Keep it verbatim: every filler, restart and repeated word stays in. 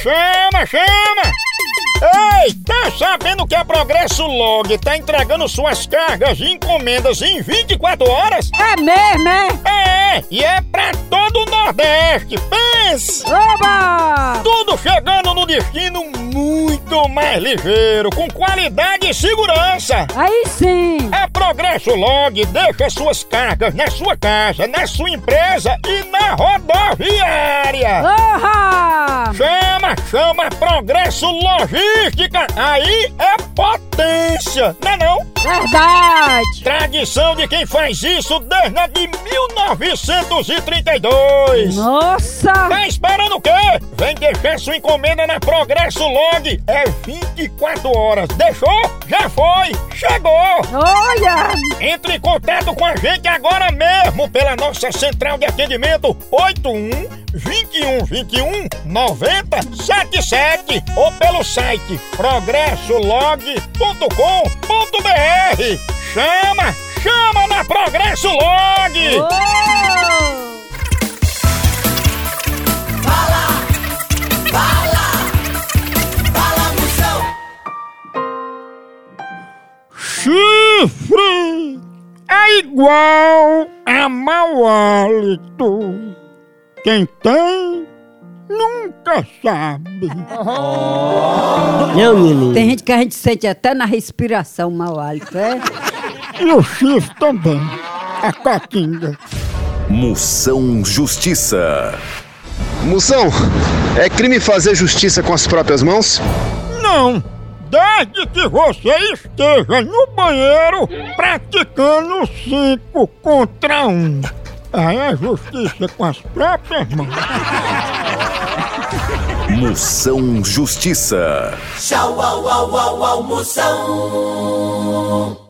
chama, chama! Ei, tá sabendo que a Progresso Log tá entregando suas cargas e encomendas em vinte e quatro horas? É mesmo, é? É, e é pra todo o Nordeste, pense! Oba! Tudo chegando no destino muito mais ligeiro, com qualidade e segurança! Aí sim! A Progresso Log deixa suas cargas na sua casa, na sua empresa e na rodoviária! Oha! Chama, chama Progresso Logística! Aí é potência, não é não? Verdade! Tradição de quem faz isso desde a de mil novecentos e trinta e dois! Nossa! Tá esperando o quê? Vem deixar sua encomenda na Progresso Log! É vinte e quatro horas! Deixou? Já foi! Chegou! Olha! Entre em contato com a gente agora mesmo pela nossa central de atendimento oito um, vinte e um, vinte e um, noventa, setenta e sete ou pelo site progresso log ponto com ponto br. Chama! Chama na Progresso Log! Oh! Fala! Fala! Fala, Moção! Chifre é igual a mau hálito. Quem tem, nunca sabe. Não, menino. Tem gente que a gente sente até na respiração mau hálito, é? E o chifre também, a catinga. Moção Justiça. Moção, é crime fazer justiça com as próprias mãos? Não, desde que você esteja no banheiro praticando cinco contra um. Aí é justiça com as próprias mãos. Moção Justiça. Tchau, au, au, au, au, Moção!